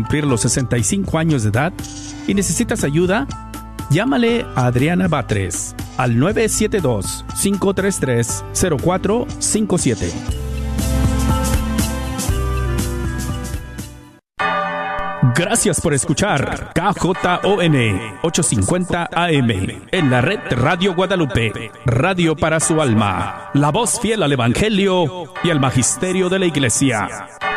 cumplir los 65 años de edad y necesitas ayuda, llámale a Adriana Batres al 972-533-0457. Gracias por escuchar KJON 850 AM en la red Radio Guadalupe, radio para su alma, la voz fiel al Evangelio y al Magisterio de la Iglesia.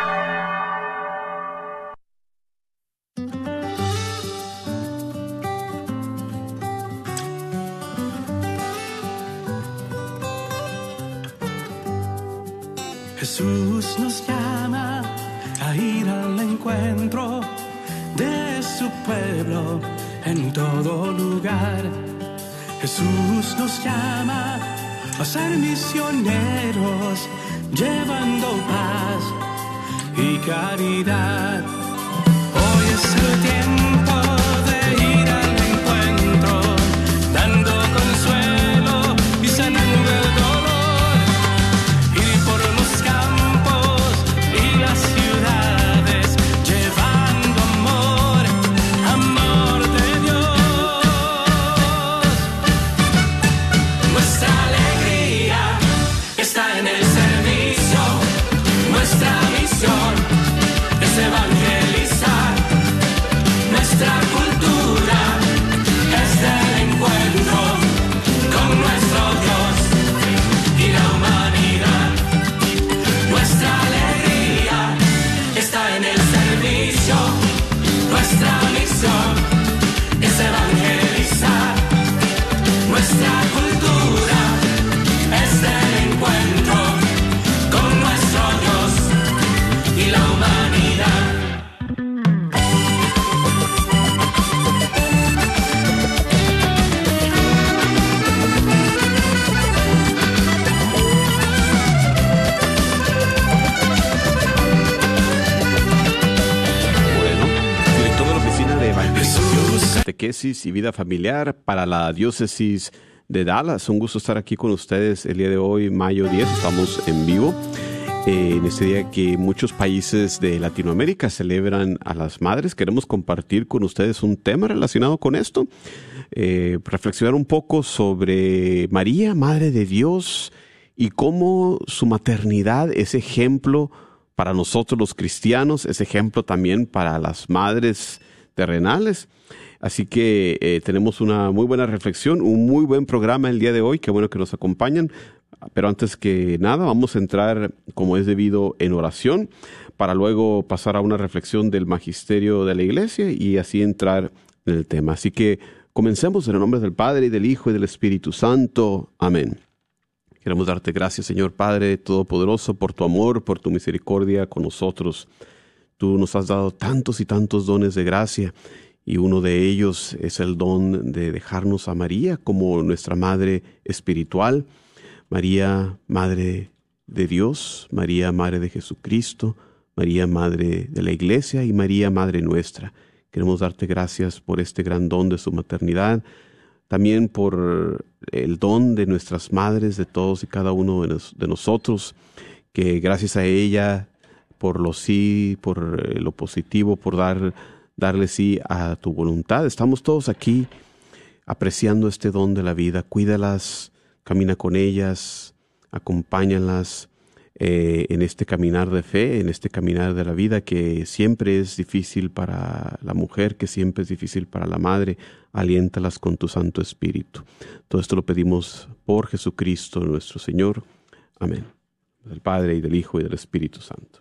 Jesús nos llama a ir al encuentro de su pueblo en todo lugar. Jesús nos llama a ser misioneros, llevando paz y caridad. Hoy es el tiempo de ir al encuentro, dando consuelo y sanando el dolor. Ir por los campos y las ciudades, llevando amor, amor de Dios. Nuestra alegría está en el servicio, nuestra misión es evangelizar. Nuestra cultura es del encuentro con nuestro Dios y la humanidad. Nuestra alegría está en el servicio, nuestra misión es evangelizar. Nuestra cultura es del encuentro con nuestro Dios y la humanidad. Bueno, director de la Oficina de Evangelización, Catequesis y Vida Familiar para la Diócesis de Dallas. Un gusto estar aquí con ustedes el día de hoy, mayo 10. Estamos en vivo en este día que muchos países de Latinoamérica celebran a las madres. Queremos compartir con ustedes un tema relacionado con esto. Reflexionar un poco sobre María, Madre de Dios, y cómo su maternidad es ejemplo para nosotros los cristianos, es ejemplo también para las madres terrenales. Así que tenemos una muy buena reflexión, un muy buen programa el día de hoy. Qué bueno que nos acompañan. Pero antes que nada, vamos a entrar, como es debido, en oración, para luego pasar a una reflexión del magisterio de la Iglesia y así entrar en el tema. Así que comencemos en el nombre del Padre, y del Hijo, y del Espíritu Santo. Amén. Queremos darte gracias, Señor Padre Todopoderoso, por tu amor, por tu misericordia con nosotros. Tú nos has dado tantos y tantos dones de gracia, y uno de ellos es el don de dejarnos a María como nuestra Madre espiritual. María, Madre de Dios, María, Madre de Jesucristo, María, Madre de la Iglesia, y María, Madre nuestra. Queremos darte gracias por este gran don de su maternidad, también por el don de nuestras madres, de todos y cada uno de nosotros, que gracias a ella, por lo sí, por lo positivo, por darle sí a tu voluntad, estamos todos aquí apreciando este don de la vida. Cuídalas, camina con ellas, acompáñalas en este caminar de fe, en este caminar de la vida que siempre es difícil para la mujer, que siempre es difícil para la madre. Aliéntalas con tu Santo Espíritu. Todo esto lo pedimos por Jesucristo nuestro Señor. Amén. Del Padre, y del Hijo, y del Espíritu Santo.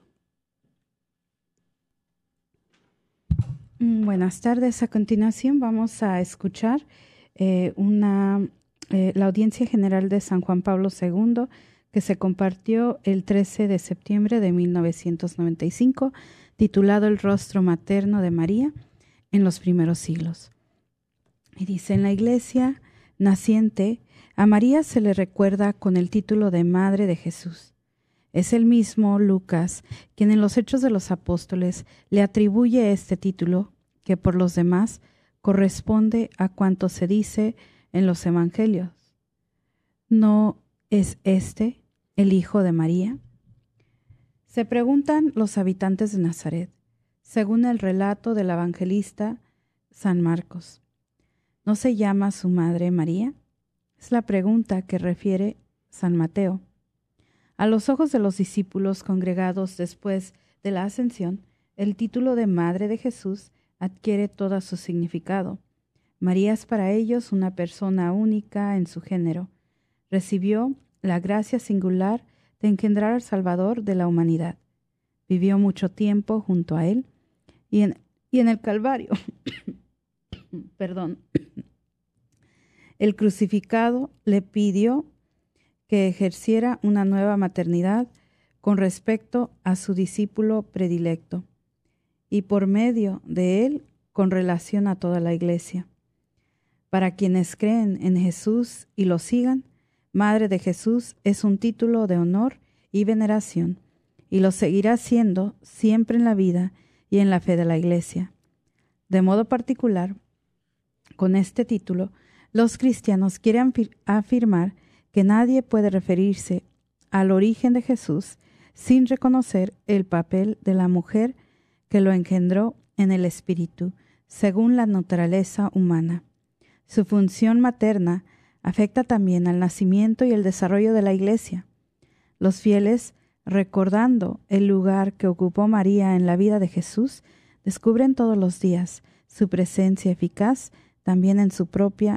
Buenas tardes. A continuación vamos a escuchar la audiencia general de San Juan Pablo II, que se compartió el 13 de septiembre de 1995, titulado El rostro materno de María en los primeros siglos. Y dice: en la Iglesia naciente, a María se le recuerda con el título de Madre de Jesús. Es el mismo Lucas quien en los Hechos de los Apóstoles le atribuye este título, que por los demás corresponde a cuanto se dice en los Evangelios. ¿No es este el Hijo de María? Se preguntan los habitantes de Nazaret: según el relato del evangelista San Marcos. ¿No se llama su madre María? Es la pregunta que refiere San Mateo. A los ojos de los discípulos congregados después de la ascensión, el título de Madre de Jesús adquiere todo su significado. María es para ellos una persona única en su género. Recibió la gracia singular de engendrar al Salvador de la humanidad. Vivió mucho tiempo junto a Él y en el Calvario. El crucificado le pidió que ejerciera una nueva maternidad con respecto a su discípulo predilecto y por medio de él con relación a toda la Iglesia. Para quienes creen en Jesús y lo sigan, Madre de Jesús es un título de honor y veneración, y lo seguirá siendo siempre en la vida y en la fe de la Iglesia. De modo particular, con este título, los cristianos quieren afirmar que nadie puede referirse al origen de Jesús sin reconocer el papel de la mujer que lo engendró en el espíritu, según la naturaleza humana. Su función materna afecta también al nacimiento y el desarrollo de la Iglesia. Los fieles, recordando el lugar que ocupó María en la vida de Jesús, descubren todos los días su presencia eficaz también en su propio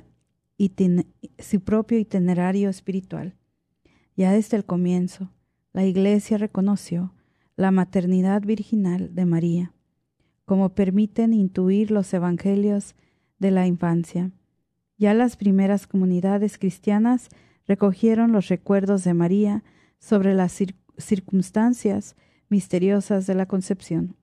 itinerario espiritual. Ya desde el comienzo, la Iglesia reconoció la maternidad virginal de María, como permiten intuir los evangelios de la infancia. Ya las primeras comunidades cristianas recogieron los recuerdos de María sobre las circunstancias misteriosas de la concepción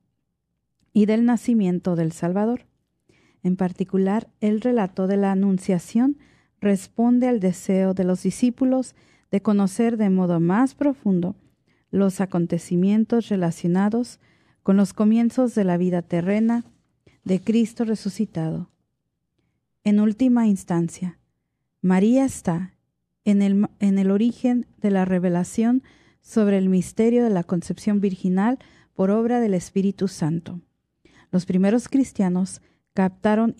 y del nacimiento del Salvador. En particular, el relato de la Anunciación responde al deseo de los discípulos de conocer de modo más profundo los acontecimientos relacionados con los comienzos de la vida terrena de Cristo resucitado. En última instancia, María está en el origen de la revelación sobre el misterio de la concepción virginal por obra del Espíritu Santo. Los primeros cristianos captaron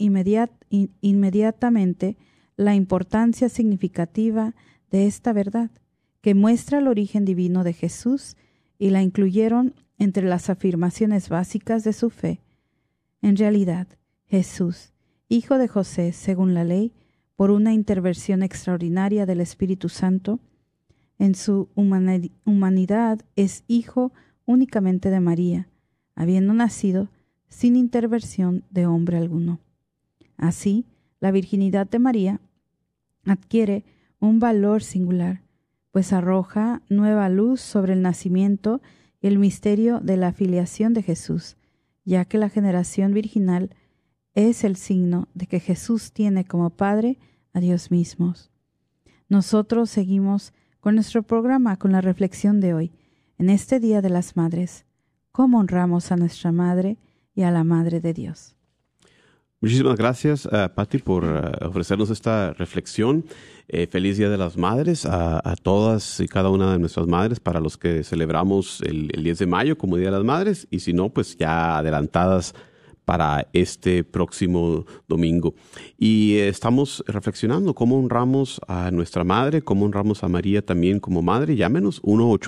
inmediatamente la importancia significativa de esta verdad, que muestra el origen divino de Jesús, y la incluyeron entre las afirmaciones básicas de su fe. En realidad, Jesús, hijo de José según la ley, por una intervención extraordinaria del Espíritu Santo, en su humanidad es hijo únicamente de María, habiendo nacido sin intervención de hombre alguno. Así, la virginidad de María adquiere un valor singular, pues arroja nueva luz sobre el nacimiento y el misterio de la filiación de Jesús, ya que la generación virginal es el signo de que Jesús tiene como Padre a Dios mismo. Nosotros seguimos con nuestro programa con la reflexión de hoy, en este Día de las Madres. ¿Cómo honramos a nuestra Madre y a la Madre de Dios? Muchísimas gracias, Patti, por ofrecernos esta reflexión. Feliz Día de las Madres a todas y cada una de nuestras madres, para los que celebramos el 10 de mayo como Día de las Madres, y si no, pues ya adelantadas para este próximo domingo. Y estamos reflexionando cómo honramos a nuestra Madre, cómo honramos a María también como Madre. Llámenos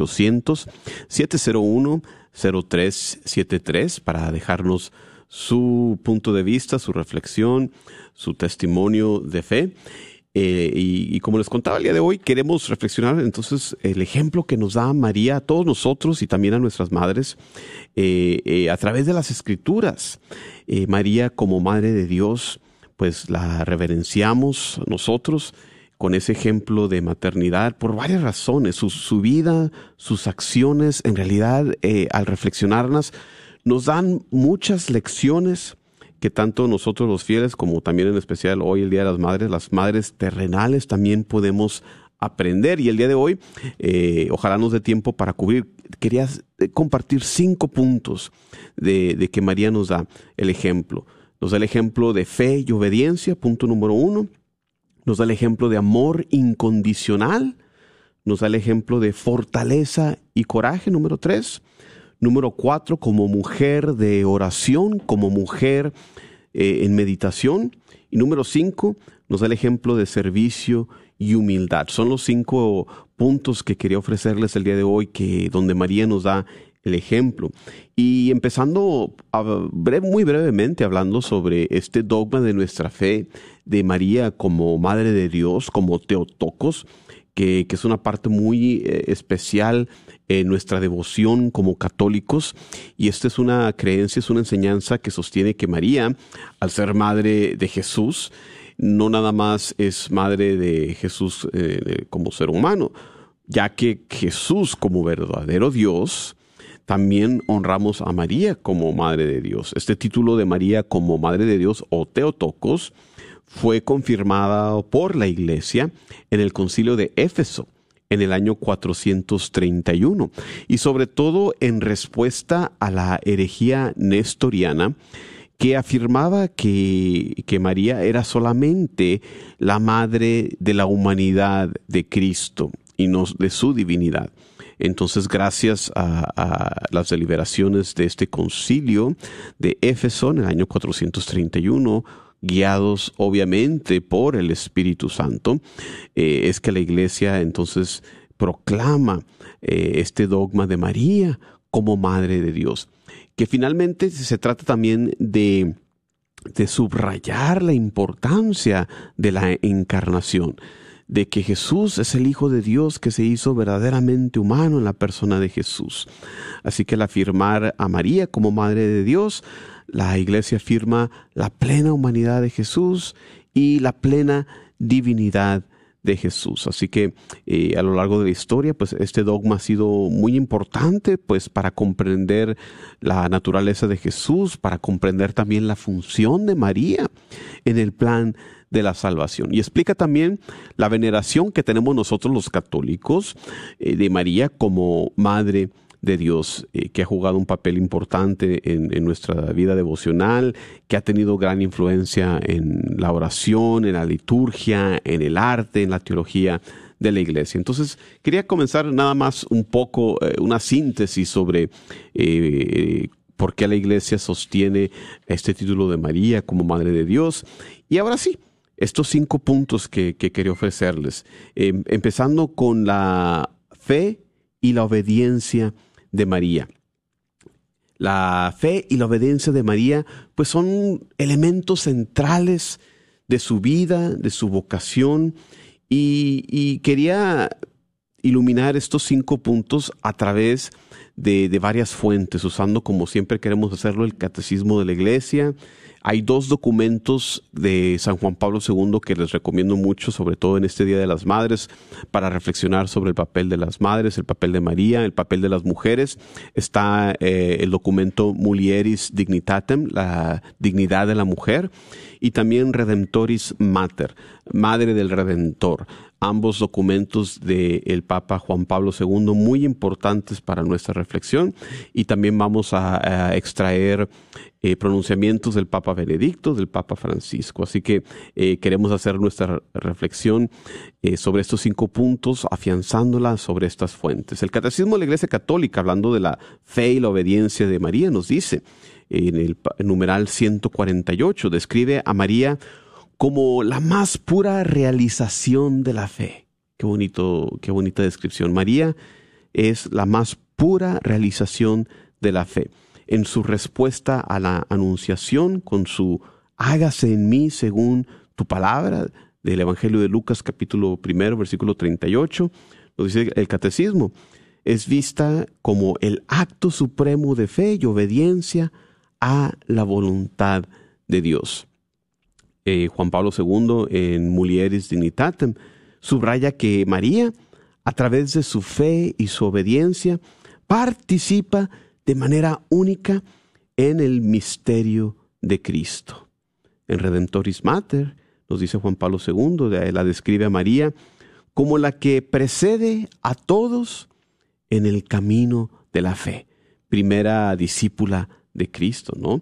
1-800-701-0373 para dejarnos su punto de vista, su reflexión, su testimonio de fe. Y como les contaba el día de hoy, queremos reflexionar entonces el ejemplo que nos da María a todos nosotros y también a nuestras madres a través de las Escrituras. María como Madre de Dios, pues la reverenciamos nosotros con ese ejemplo de maternidad por varias razones. Su vida, sus acciones, en realidad al reflexionarlas, nos dan muchas lecciones que tanto nosotros los fieles, como también en especial hoy el Día de las Madres terrenales, también podemos aprender. Y el día de hoy, ojalá nos dé tiempo para cubrir. Quería compartir 5 puntos de que María nos da el ejemplo. Nos da el ejemplo de fe y obediencia, punto número 1. Nos da el ejemplo de amor incondicional. Nos da el ejemplo de fortaleza y coraje, número 3. Número 4, como mujer de oración, como mujer en meditación. Y número 5, nos da el ejemplo de servicio y humildad. Son los 5 puntos que quería ofrecerles el día de hoy, donde María nos da el ejemplo. Y empezando muy brevemente hablando sobre este dogma de nuestra fe de María como Madre de Dios, como Theotokos, que es una parte muy especial en nuestra devoción como católicos. Y esta es una creencia, es una enseñanza que sostiene que María, al ser madre de Jesús, no nada más es madre de Jesús como ser humano, ya que Jesús como verdadero Dios, también honramos a María como Madre de Dios. Este título de María como Madre de Dios o Theotokos fue confirmada por la Iglesia en el Concilio de Éfeso en el año 431 y sobre todo en respuesta a la herejía nestoriana que afirmaba que María era solamente la madre de la humanidad de Cristo y no de su divinidad. Entonces, gracias a las deliberaciones de este concilio de Éfeso en el año 431, guiados obviamente por el Espíritu Santo, es que la Iglesia entonces proclama este dogma de María como Madre de Dios, que finalmente se trata también de subrayar la importancia de la encarnación, de que Jesús es el Hijo de Dios que se hizo verdaderamente humano en la persona de Jesús. Así que al afirmar a María como Madre de Dios, la Iglesia afirma la plena humanidad de Jesús y la plena divinidad de Jesús. Así que a lo largo de la historia, pues este dogma ha sido muy importante, pues para comprender la naturaleza de Jesús, para comprender también la función de María en el plan de la salvación. Y explica también la veneración que tenemos nosotros los católicos de María como Madre de Dios, que ha jugado un papel importante en nuestra vida devocional, que ha tenido gran influencia en la oración, en la liturgia, en el arte, en la teología de la Iglesia. Entonces, quería comenzar nada más un poco una síntesis sobre por qué la Iglesia sostiene este título de María como Madre de Dios. Y ahora sí, estos 5 puntos que quería ofrecerles, empezando con la fe y la obediencia de María. La fe y la obediencia de María pues son elementos centrales de su vida, de su vocación, y quería iluminar estos 5 puntos a través de varias fuentes, usando, como siempre queremos hacerlo, el Catecismo de la Iglesia. Hay 2 documentos de San Juan Pablo II que les recomiendo mucho, sobre todo en este Día de las Madres, para reflexionar sobre el papel de las madres, el papel de María, el papel de las mujeres. Está el documento Mulieris Dignitatem, la dignidad de la mujer, y también Redemptoris Mater, Madre del Redentor. Ambos documentos del Papa Juan Pablo II, muy importantes para nuestra reflexión, y también vamos a extraer pronunciamientos del Papa Benedicto, del Papa Francisco. Así que queremos hacer nuestra reflexión sobre estos 5 puntos, afianzándola sobre estas fuentes. El Catecismo de la Iglesia Católica, hablando de la fe y la obediencia de María, nos dice en el numeral 148, describe a María como la más pura realización de la fe. Qué bonita descripción. María es la más pura realización de la fe. En su respuesta a la anunciación, con su hágase en mí según tu palabra, del Evangelio de Lucas capítulo 1, versículo 38, nos dice el Catecismo, es vista como el acto supremo de fe y obediencia a la voluntad de Dios. Juan Pablo II, en Mulieris Dignitatem, subraya que María, a través de su fe y su obediencia, participa de manera única en el misterio de Cristo. En Redemptoris Mater, nos dice Juan Pablo II, la describe a María como la que precede a todos en el camino de la fe, primera discípula de Cristo, ¿no?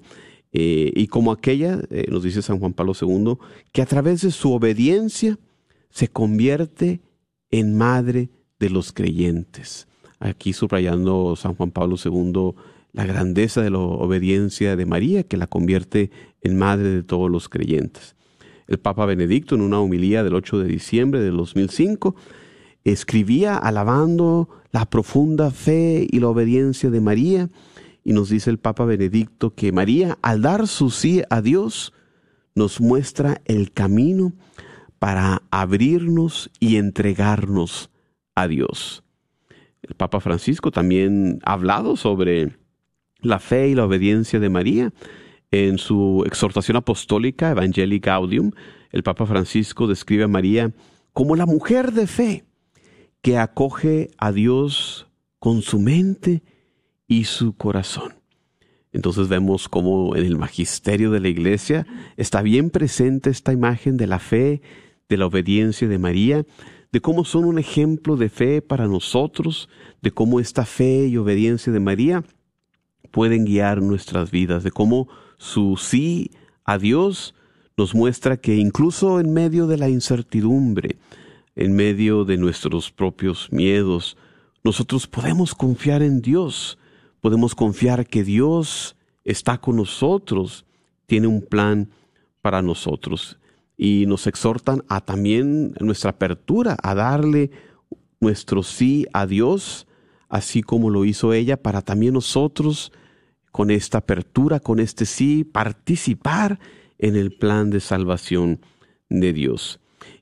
Y como aquella, nos dice San Juan Pablo II, que a través de su obediencia se convierte en madre de los creyentes. aquí subrayando San Juan Pablo II la grandeza de la obediencia de María, que la convierte en madre de todos los creyentes. El Papa Benedicto, en una homilía del 8 de diciembre del 2005, escribía alabando la profunda fe y la obediencia de María, y nos dice el Papa Benedicto que María, al dar su sí a Dios, nos muestra el camino para abrirnos y entregarnos a Dios. El Papa Francisco también ha hablado sobre la fe y la obediencia de María. En su exhortación apostólica Evangelii Gaudium, el Papa Francisco describe a María como la mujer de fe que acoge a Dios con su mente y su corazón. Entonces vemos cómo en el magisterio de la Iglesia está bien presente esta imagen de la fe, de la obediencia de María, de cómo son un ejemplo de fe para nosotros, de cómo esta fe y obediencia de María pueden guiar nuestras vidas, de cómo su sí a Dios nos muestra que incluso en medio de la incertidumbre, en medio de nuestros propios miedos, nosotros podemos confiar en Dios, podemos confiar que Dios está con nosotros, tiene un plan para nosotros. Y nos exhortan a también nuestra apertura, a darle nuestro sí a Dios, así como lo hizo ella, para también nosotros, con esta apertura, con este sí, participar en el plan de salvación de Dios.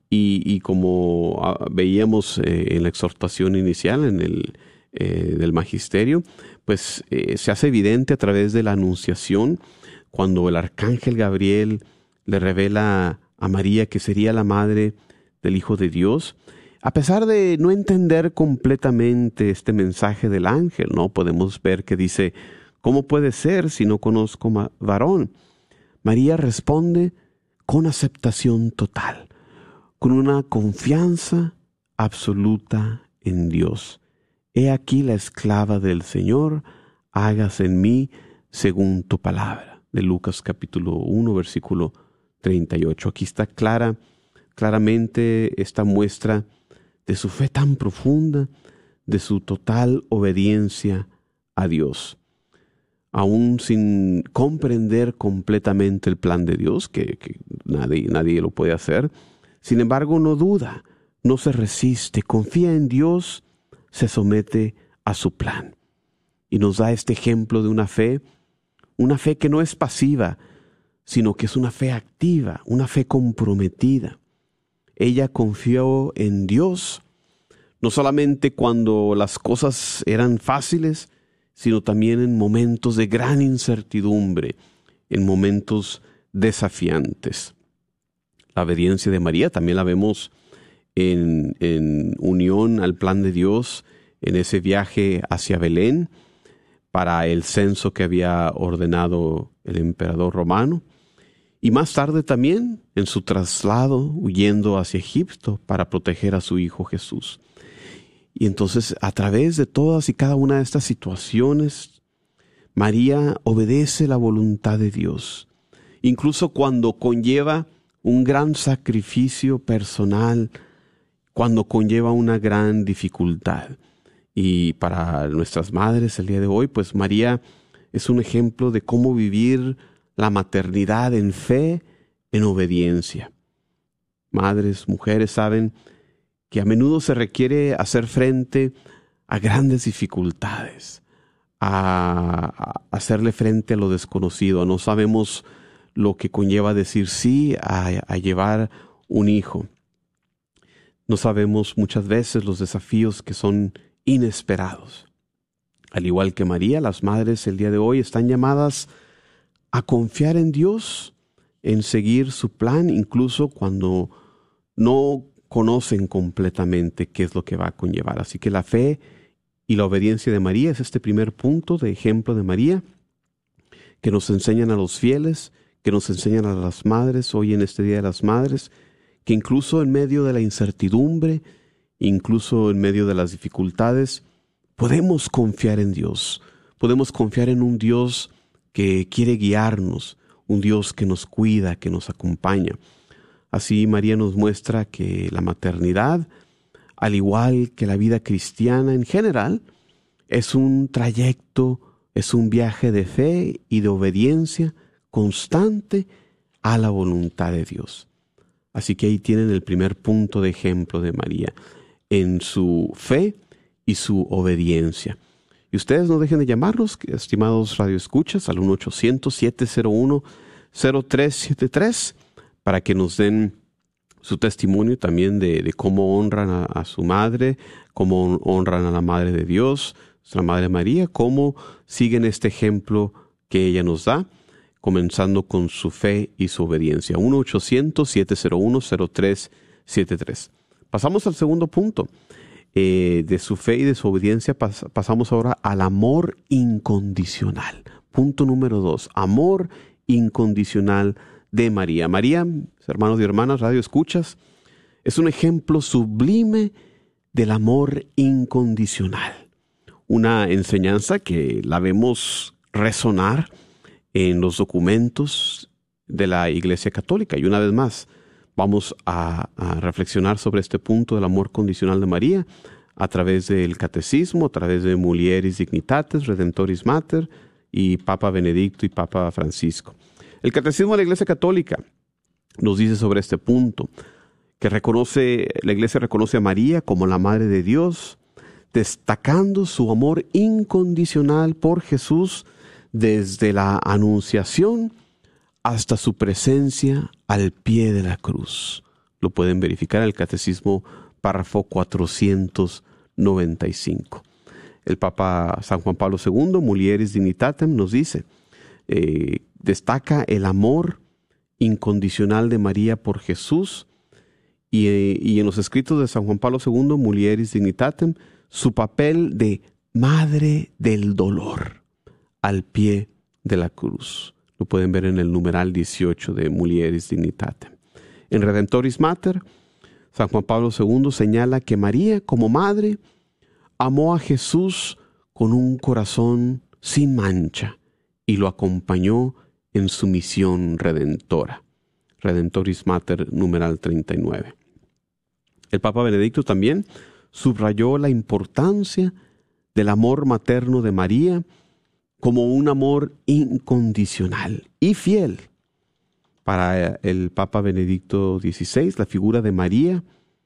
Y como veíamos en la exhortación inicial, en el del magisterio, pues se hace evidente a través de la anunciación, cuando el arcángel Gabriel le revela a María que sería la madre del Hijo de Dios. A pesar de no entender completamente este mensaje del ángel, ¿no? Podemos ver que dice: ¿cómo puede ser si no conozco varón? María responde con aceptación total, con una confianza absoluta en Dios. He aquí la esclava del Señor, hágase en mí según tu palabra. De Lucas capítulo 1, versículo 38. Aquí está claramente esta muestra de su fe tan profunda, de su total obediencia a Dios. Aún sin comprender completamente el plan de Dios, que nadie lo puede hacer, sin embargo no duda, no se resiste, confía en Dios, se somete a su plan. Y nos da este ejemplo de una fe que no es pasiva, sino que es una fe activa, una fe comprometida. Ella confió en Dios, no solamente cuando las cosas eran fáciles, sino también en momentos de gran incertidumbre, en momentos desafiantes. La obediencia de María también la vemos en unión al plan de Dios, en ese viaje hacia Belén, para el censo que había ordenado el emperador romano, y más tarde también en su traslado huyendo hacia Egipto para proteger a su hijo Jesús. Y entonces, a través de todas y cada una de estas situaciones, María obedece la voluntad de Dios, incluso cuando conlleva un gran sacrificio personal, cuando conlleva una gran dificultad. Y para nuestras madres el día de hoy, pues María es un ejemplo de cómo vivir la maternidad en fe, en obediencia. Madres, mujeres saben que a menudo se requiere hacer frente a grandes dificultades, a hacerle frente a lo desconocido. No sabemos lo que conlleva decir sí a llevar un hijo. No sabemos muchas veces los desafíos que son inesperados. Al igual que María, las madres el día de hoy están llamadas a confiar en Dios, en seguir su plan, incluso cuando no conocen completamente qué es lo que va a conllevar. Así que la fe y la obediencia de María es este primer punto de ejemplo de María, que nos enseñan a los fieles, que nos enseñan a las madres hoy en este Día de las Madres, que incluso en medio de la incertidumbre, incluso en medio de las dificultades, podemos confiar en Dios. Podemos confiar en un Dios que quiere guiarnos, un Dios que nos cuida, que nos acompaña. Así María nos muestra que la maternidad, al igual que la vida cristiana en general, es un trayecto, es un viaje de fe y de obediencia constante a la voluntad de Dios. Así que ahí tienen el primer punto de ejemplo de María, en su fe y su obediencia. Y ustedes no dejen de llamarnos, estimados radioescuchas, al 1-800-701-0373 para que nos den su testimonio también de cómo honran a su madre, cómo honran a la Madre de Dios, nuestra Madre María, cómo siguen este ejemplo que ella nos da, comenzando con su fe y su obediencia. 1-800-701-0373. Pasamos al segundo punto. De su fe y de su obediencia pasamos ahora al amor incondicional. Punto número 2. Amor incondicional de María. María, hermanos y hermanas, radio escuchas, es un ejemplo sublime del amor incondicional. Una enseñanza que la vemos resonar en los documentos de la Iglesia Católica. Y una vez más, vamos a reflexionar sobre este punto del amor condicional de María a través del Catecismo, a través de Mulieris Dignitatis, Redentoris Mater y Papa Benedicto y Papa Francisco. El Catecismo de la Iglesia Católica nos dice sobre este punto que la Iglesia reconoce a María como la Madre de Dios, destacando su amor incondicional por Jesús desde la Anunciación hasta su presencia al pie de la cruz. Lo pueden verificar en el Catecismo, párrafo 495. El Papa San Juan Pablo II, Mulieris Dignitatem, nos dice, destaca el amor incondicional de María por Jesús y en los escritos de San Juan Pablo II, Mulieris Dignitatem, su papel de Madre del Dolor al pie de la cruz. Lo pueden ver en el numeral 18 de Mulieris Dignitatem. En Redentoris Mater, San Juan Pablo II señala que María, como madre, amó a Jesús con un corazón sin mancha y lo acompañó en su misión redentora. Redentoris Mater, numeral 39. El Papa Benedicto también subrayó la importancia del amor materno de María como un amor incondicional y fiel. Para el Papa Benedicto XVI, la figura de María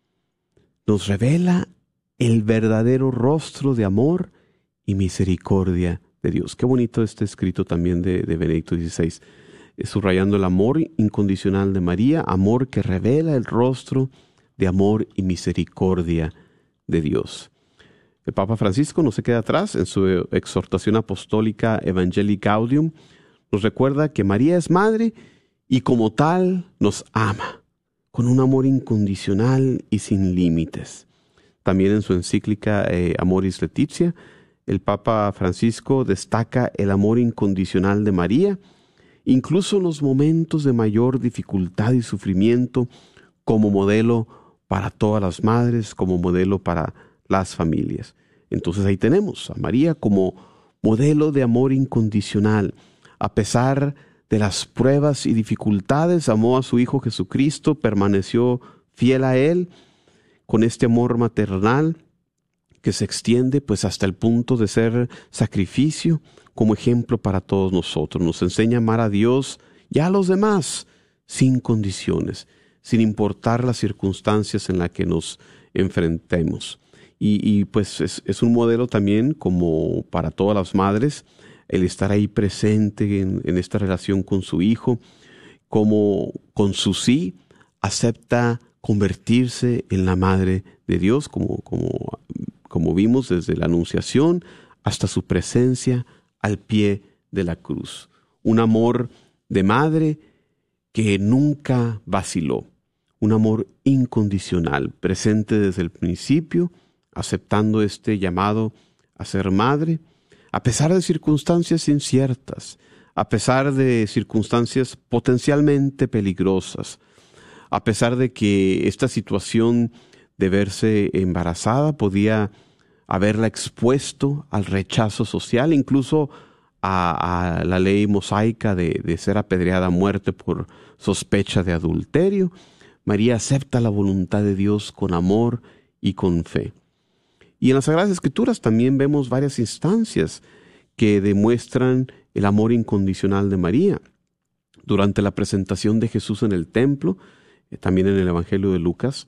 nos revela el verdadero rostro de amor y misericordia de Dios. Qué bonito este escrito también de Benedicto XVI, subrayando el amor incondicional de María, amor que revela el rostro de amor y misericordia de Dios. El Papa Francisco no se queda atrás. En su exhortación apostólica Evangelii Gaudium nos recuerda que María es madre y como tal nos ama con un amor incondicional y sin límites. También en su encíclica Amoris Laetitia, el Papa Francisco destaca el amor incondicional de María, incluso en los momentos de mayor dificultad y sufrimiento, como modelo para todas las madres, como modelo para las familias. Entonces ahí tenemos a María como modelo de amor incondicional. A pesar de las pruebas y dificultades, amó a su Hijo Jesucristo, permaneció fiel a Él, con este amor maternal que se extiende pues hasta el punto de ser sacrificio, como ejemplo para todos nosotros. Nos enseña a amar a Dios y a los demás sin condiciones, sin importar las circunstancias en las que nos enfrentemos. Y pues es un modelo también como para todas las madres, el estar ahí presente en esta relación con su hijo, como con su sí acepta convertirse en la Madre de Dios, como vimos desde la Anunciación hasta su presencia al pie de la cruz. Un amor de madre que nunca vaciló, un amor incondicional, presente desde el principio, aceptando este llamado a ser madre, a pesar de circunstancias inciertas, a pesar de circunstancias potencialmente peligrosas, a pesar de que esta situación de verse embarazada podía haberla expuesto al rechazo social, incluso a la ley mosaica de ser apedreada a muerte por sospecha de adulterio. María acepta la voluntad de Dios con amor y con fe. Y en las Sagradas Escrituras también vemos varias instancias que demuestran el amor incondicional de María. Durante la presentación de Jesús en el templo, también en el Evangelio de Lucas,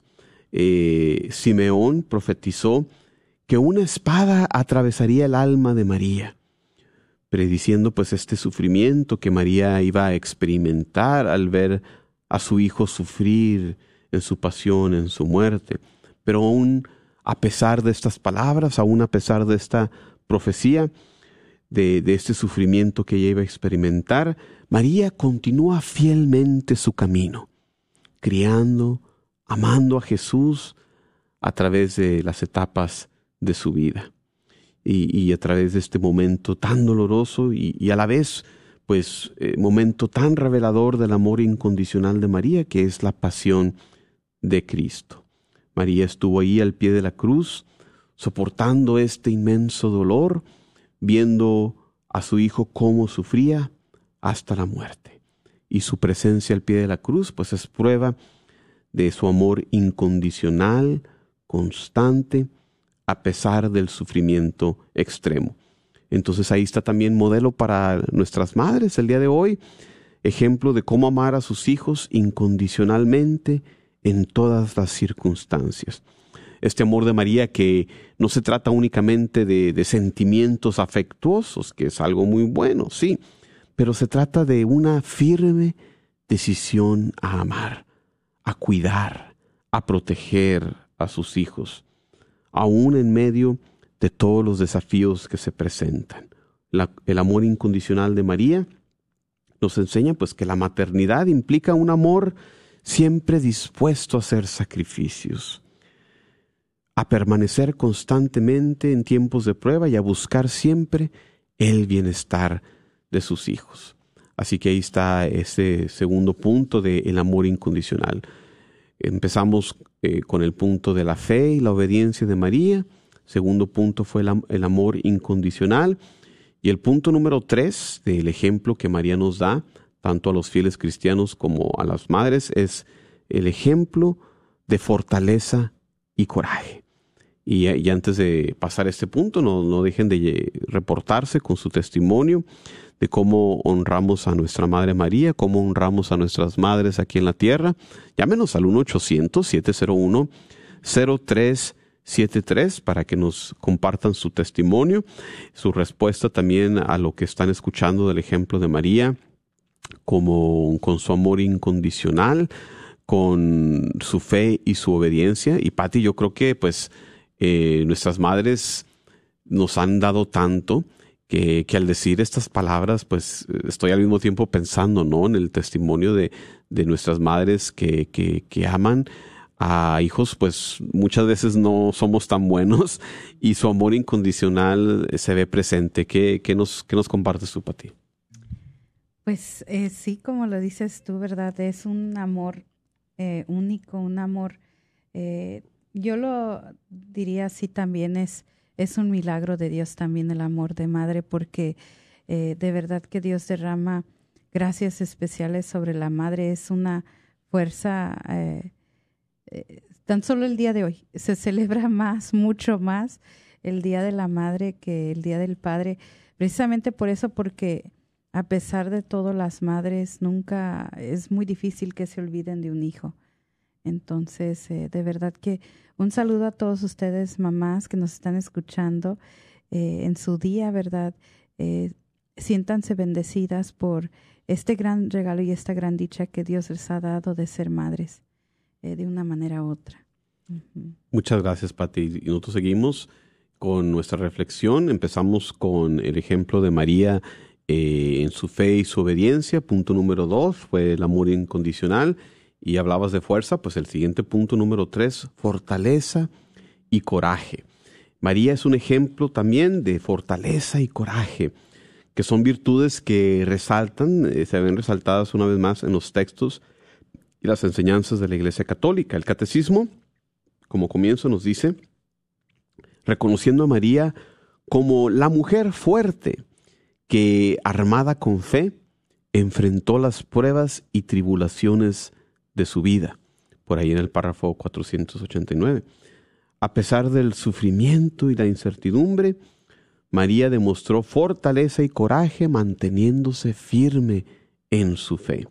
Simeón profetizó que una espada atravesaría el alma de María, prediciendo pues este sufrimiento que María iba a experimentar al ver a su hijo sufrir en su pasión, en su muerte. Pero aún a pesar de estas palabras, aún a pesar de esta profecía, de este sufrimiento que ella iba a experimentar, María continúa fielmente su camino, criando, amando a Jesús a través de las etapas de su vida y a través de este momento tan doloroso y a la vez pues momento tan revelador del amor incondicional de María, que es la pasión de Cristo. María estuvo ahí al pie de la cruz, soportando este inmenso dolor, viendo a su hijo cómo sufría hasta la muerte. Y su presencia al pie de la cruz pues es prueba de su amor incondicional, constante, a pesar del sufrimiento extremo. Entonces ahí está también modelo para nuestras madres el día de hoy, ejemplo de cómo amar a sus hijos incondicionalmente en todas las circunstancias. Este amor de María que no se trata únicamente de sentimientos afectuosos, que es algo muy bueno, sí, pero se trata de una firme decisión a amar, a cuidar, a proteger a sus hijos, aún en medio de todos los desafíos que se presentan. El amor incondicional de María nos enseña pues que la maternidad implica un amor siempre dispuesto a hacer sacrificios, a permanecer constantemente en tiempos de prueba y a buscar siempre el bienestar de sus hijos. Así que ahí está ese segundo punto del amor incondicional. Empezamos con el punto de la fe y la obediencia de María. Segundo punto fue el amor incondicional. Y el punto número 3 del ejemplo que María nos da, tanto a los fieles cristianos como a las madres, es el ejemplo de fortaleza y coraje. Y antes de pasar a este punto, no dejen de reportarse con su testimonio de cómo honramos a nuestra Madre María, cómo honramos a nuestras madres aquí en la tierra. Llámenos al 1-800-701-0373 para que nos compartan su testimonio, su respuesta también a lo que están escuchando del ejemplo de María, como con su amor incondicional, con su fe y su obediencia. Y Pati, yo creo que pues nuestras madres nos han dado tanto que al decir estas palabras, pues estoy al mismo tiempo pensando, ¿no?, en el testimonio de nuestras madres que aman a hijos, pues muchas veces no somos tan buenos y su amor incondicional se ve presente. ¿Qué nos compartes tú, Pati? Pues sí, como lo dices tú, ¿verdad? Es un amor único, un amor, yo lo diría así también, es un milagro de Dios también el amor de madre, porque de verdad que Dios derrama gracias especiales sobre la madre. Es una fuerza, tan solo el día de hoy se celebra mucho más el Día de la Madre que el Día del Padre, precisamente por eso, porque a pesar de todo las madres nunca, es muy difícil que se olviden de un hijo. Entonces, de verdad que un saludo a todos ustedes, mamás que nos están escuchando en su día, ¿verdad? Siéntanse bendecidas por este gran regalo y esta gran dicha que Dios les ha dado de ser madres de una manera u otra. Uh-huh. Muchas gracias, Pati. Y nosotros seguimos con nuestra reflexión. Empezamos con el ejemplo de María en su fe y su obediencia. Punto número 2 fue el amor incondicional. Y hablabas de fuerza, pues el siguiente punto número 3, fortaleza y coraje. María es un ejemplo también de fortaleza y coraje, que son virtudes que resaltan, se ven resaltadas una vez más en los textos y las enseñanzas de la Iglesia Católica. El Catecismo, como comienzo, nos dice, reconociendo a María como la mujer fuerte que, armada con fe, enfrentó las pruebas y tribulaciones de su vida, por ahí en el párrafo 489. A pesar del sufrimiento y la incertidumbre, María demostró fortaleza y coraje manteniéndose firme en su fe.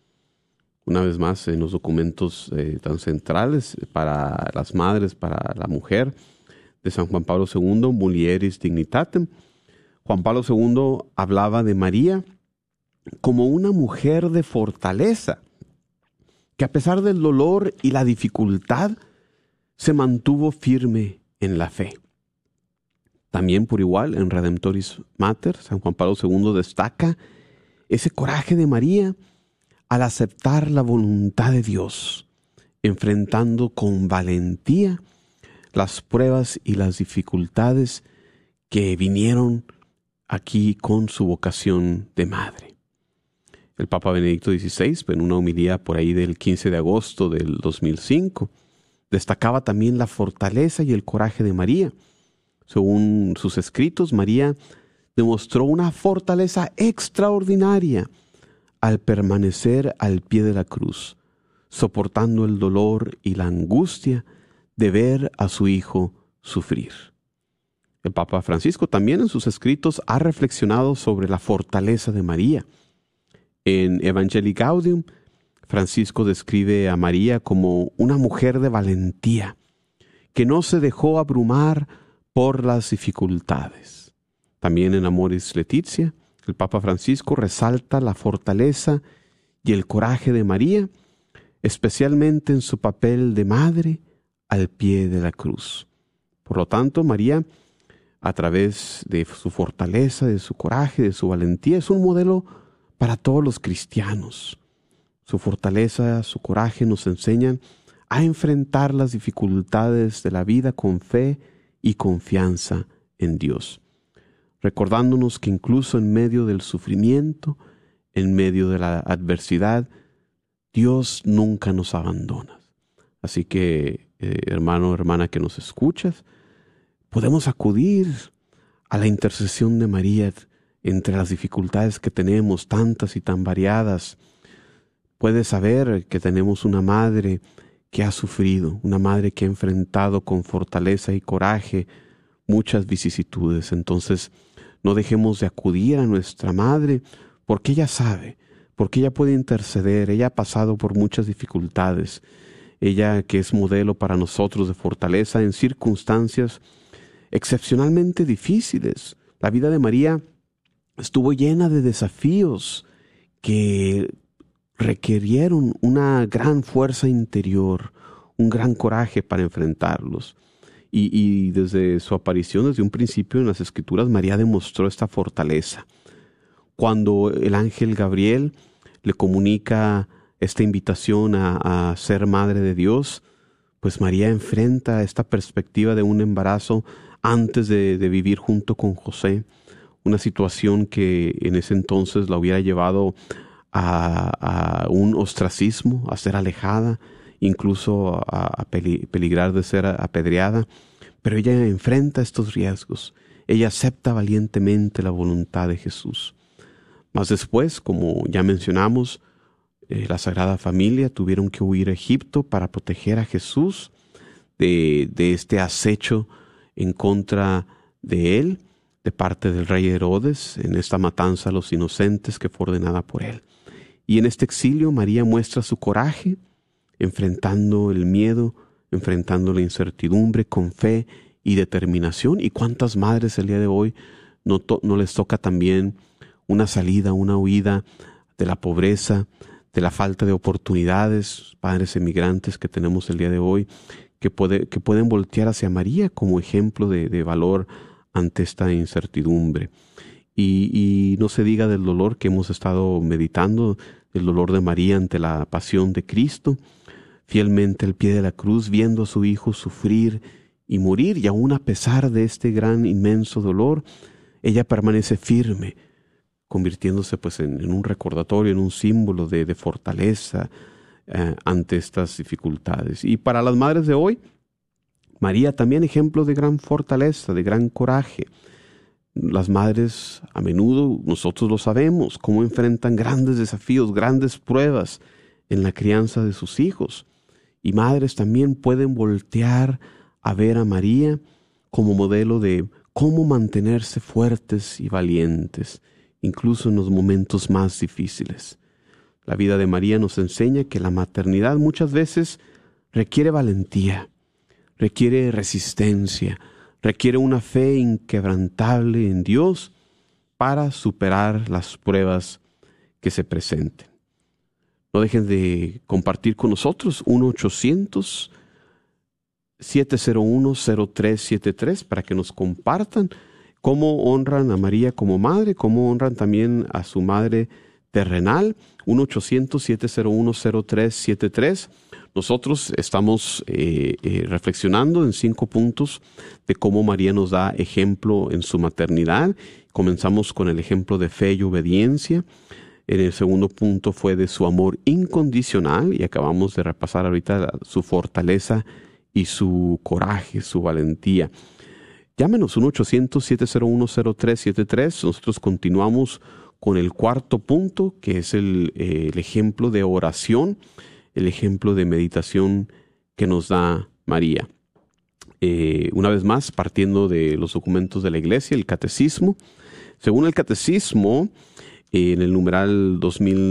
Una vez más, en los documentos tan centrales para las madres, para la mujer, de San Juan Pablo II, Mulieris Dignitatem, Juan Pablo II hablaba de María como una mujer de fortaleza, que a pesar del dolor y la dificultad, se mantuvo firme en la fe. También por igual, en Redemptoris Mater, San Juan Pablo II destaca ese coraje de María al aceptar la voluntad de Dios, enfrentando con valentía las pruebas y las dificultades que vinieron aquí con su vocación de madre. El Papa Benedicto XVI, en una homilía por ahí del 15 de agosto del 2005, destacaba también la fortaleza y el coraje de María. Según sus escritos, María demostró una fortaleza extraordinaria al permanecer al pie de la cruz, soportando el dolor y la angustia de ver a su hijo sufrir. El Papa Francisco también en sus escritos ha reflexionado sobre la fortaleza de María. En Evangelii Gaudium, Francisco describe a María como una mujer de valentía, que no se dejó abrumar por las dificultades. También en Amoris Laetitia, el Papa Francisco resalta la fortaleza y el coraje de María, especialmente en su papel de madre al pie de la cruz. Por lo tanto, María, a través de su fortaleza, de su coraje, de su valentía, es un modelo para todos los cristianos. Su fortaleza, su coraje nos enseñan a enfrentar las dificultades de la vida con fe y confianza en Dios, recordándonos que incluso en medio del sufrimiento, en medio de la adversidad, Dios nunca nos abandona. Así que, hermano o hermana que nos escuchas, podemos acudir a la intercesión de María entre las dificultades que tenemos, tantas y tan variadas. Puedes saber que tenemos una madre que ha sufrido, una madre que ha enfrentado con fortaleza y coraje muchas vicisitudes. Entonces, no dejemos de acudir a nuestra madre, porque ella sabe, porque ella puede interceder, ella ha pasado por muchas dificultades, ella que es modelo para nosotros de fortaleza en circunstancias excepcionalmente difíciles. La vida de María estuvo llena de desafíos que requirieron una gran fuerza interior, un gran coraje para enfrentarlos. Y desde su aparición, desde un principio en las Escrituras, María demostró esta fortaleza. Cuando el ángel Gabriel le comunica esta invitación a ser madre de Dios, pues María enfrenta esta perspectiva de un embarazo antes de vivir junto con José, una situación que en ese entonces la hubiera llevado a un ostracismo, a ser alejada, incluso a peligrar de ser apedreada. Pero ella enfrenta estos riesgos, ella acepta valientemente la voluntad de Jesús. Más después, como ya mencionamos, la Sagrada Familia tuvieron que huir a Egipto para proteger a Jesús de este acecho en contra de él, de parte del rey Herodes, en esta matanza a los inocentes que fue ordenada por él. Y en este exilio María muestra su coraje, enfrentando el miedo, enfrentando la incertidumbre con fe y determinación. ¿Y cuántas madres el día de hoy no les toca también una salida, una huida de la pobreza, de la falta de oportunidades? Padres emigrantes que tenemos el día de hoy, que pueden voltear hacia María como ejemplo de valor ante esta incertidumbre. Y no se diga del dolor que hemos estado meditando, el dolor de María ante la pasión de Cristo, fielmente al pie de la cruz, viendo a su Hijo sufrir y morir, y aún a pesar de este gran, inmenso dolor, ella permanece firme, convirtiéndose pues en un recordatorio, en un símbolo de fortaleza ante estas dificultades. Y para las madres de hoy, María también ejemplo de gran fortaleza, de gran coraje. Las madres, a menudo, nosotros lo sabemos, cómo enfrentan grandes desafíos, grandes pruebas en la crianza de sus hijos. Y madres también pueden voltear a ver a María como modelo de cómo mantenerse fuertes y valientes, incluso en los momentos más difíciles. La vida de María nos enseña que la maternidad muchas veces requiere valentía, requiere resistencia, requiere una fe inquebrantable en Dios para superar las pruebas que se presenten. No dejen de compartir con nosotros 1-800-701-0373 para que nos compartan cómo honran a María como madre, cómo honran también a su madre terrenal. 1-800-701-0373. Nosotros estamos reflexionando en 5 puntos de cómo María nos da ejemplo en su maternidad. Comenzamos con el ejemplo de fe y obediencia. En el segundo punto fue de su amor incondicional y acabamos de repasar ahorita su fortaleza y su coraje, su valentía. Llámenos 1-800-701-0373. Nosotros continuamos con el cuarto punto, que es el ejemplo de oración, el ejemplo de meditación que nos da María. Una vez más, partiendo de los documentos de la Iglesia, el Catecismo. Según el Catecismo, en el numeral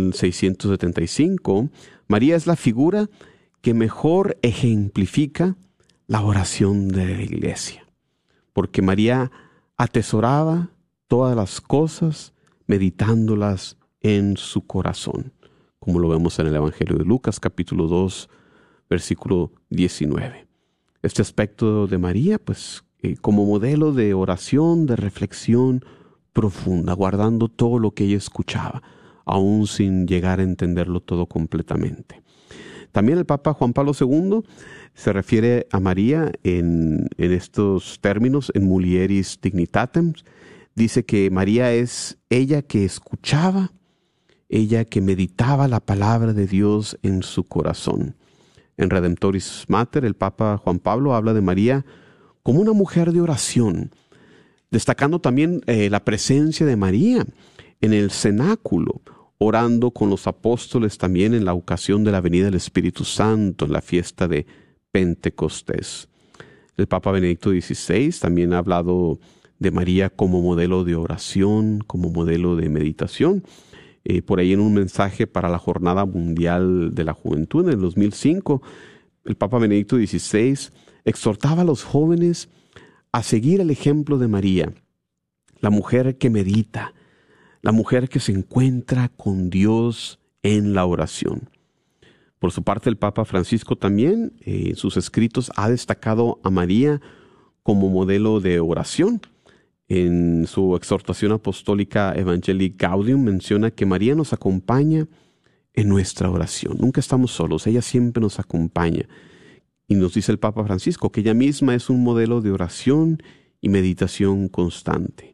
2675, María es la figura que mejor ejemplifica la oración de la Iglesia, porque María atesoraba todas las cosas meditándolas en su corazón, como lo vemos en el Evangelio de Lucas, capítulo 2, versículo 19. Este aspecto de María, pues, como modelo de oración, de reflexión profunda, guardando todo lo que ella escuchaba, aún sin llegar a entenderlo todo completamente. También el Papa Juan Pablo II se refiere a María en estos términos, en Mulieris Dignitatem. Dice que María es ella que escuchaba, ella que meditaba la palabra de Dios en su corazón. En Redemptoris Mater, el Papa Juan Pablo habla de María como una mujer de oración, destacando también la presencia de María en el cenáculo, orando con los apóstoles también en la ocasión de la venida del Espíritu Santo, en la fiesta de Pentecostés. El Papa Benedicto XVI también ha hablado de María como modelo de oración, como modelo de meditación. Por ahí en un mensaje para la Jornada Mundial de la Juventud en el 2005, el Papa Benedicto XVI exhortaba a los jóvenes a seguir el ejemplo de María, la mujer que medita, la mujer que se encuentra con Dios en la oración. Por su parte, el Papa Francisco también en sus escritos ha destacado a María como modelo de oración. En su exhortación apostólica Evangelii Gaudium menciona que María nos acompaña en nuestra oración. Nunca estamos solos, ella siempre nos acompaña. Y nos dice el Papa Francisco que ella misma es un modelo de oración y meditación constante.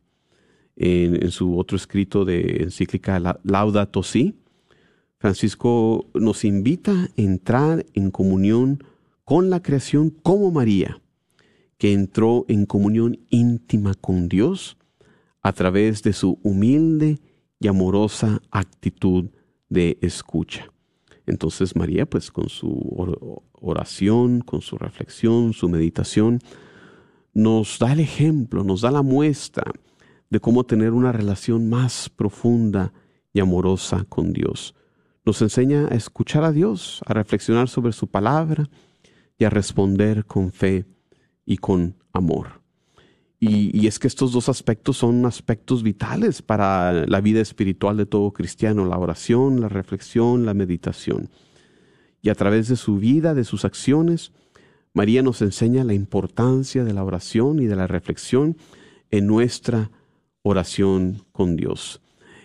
En su otro escrito de encíclica Laudato Si, Francisco nos invita a entrar en comunión con la creación como María, que entró en comunión íntima con Dios a través de su humilde y amorosa actitud de escucha. Entonces María, pues con su oración, con su reflexión, su meditación, nos da el ejemplo, nos da la muestra de cómo tener una relación más profunda y amorosa con Dios. Nos enseña a escuchar a Dios, a reflexionar sobre su palabra y a responder con fe y con amor. Y es que estos dos aspectos son aspectos vitales para la vida espiritual de todo cristiano: la oración, la reflexión, la meditación. Y a través de su vida, de sus acciones, María nos enseña la importancia de la oración y de la reflexión en nuestra oración con Dios.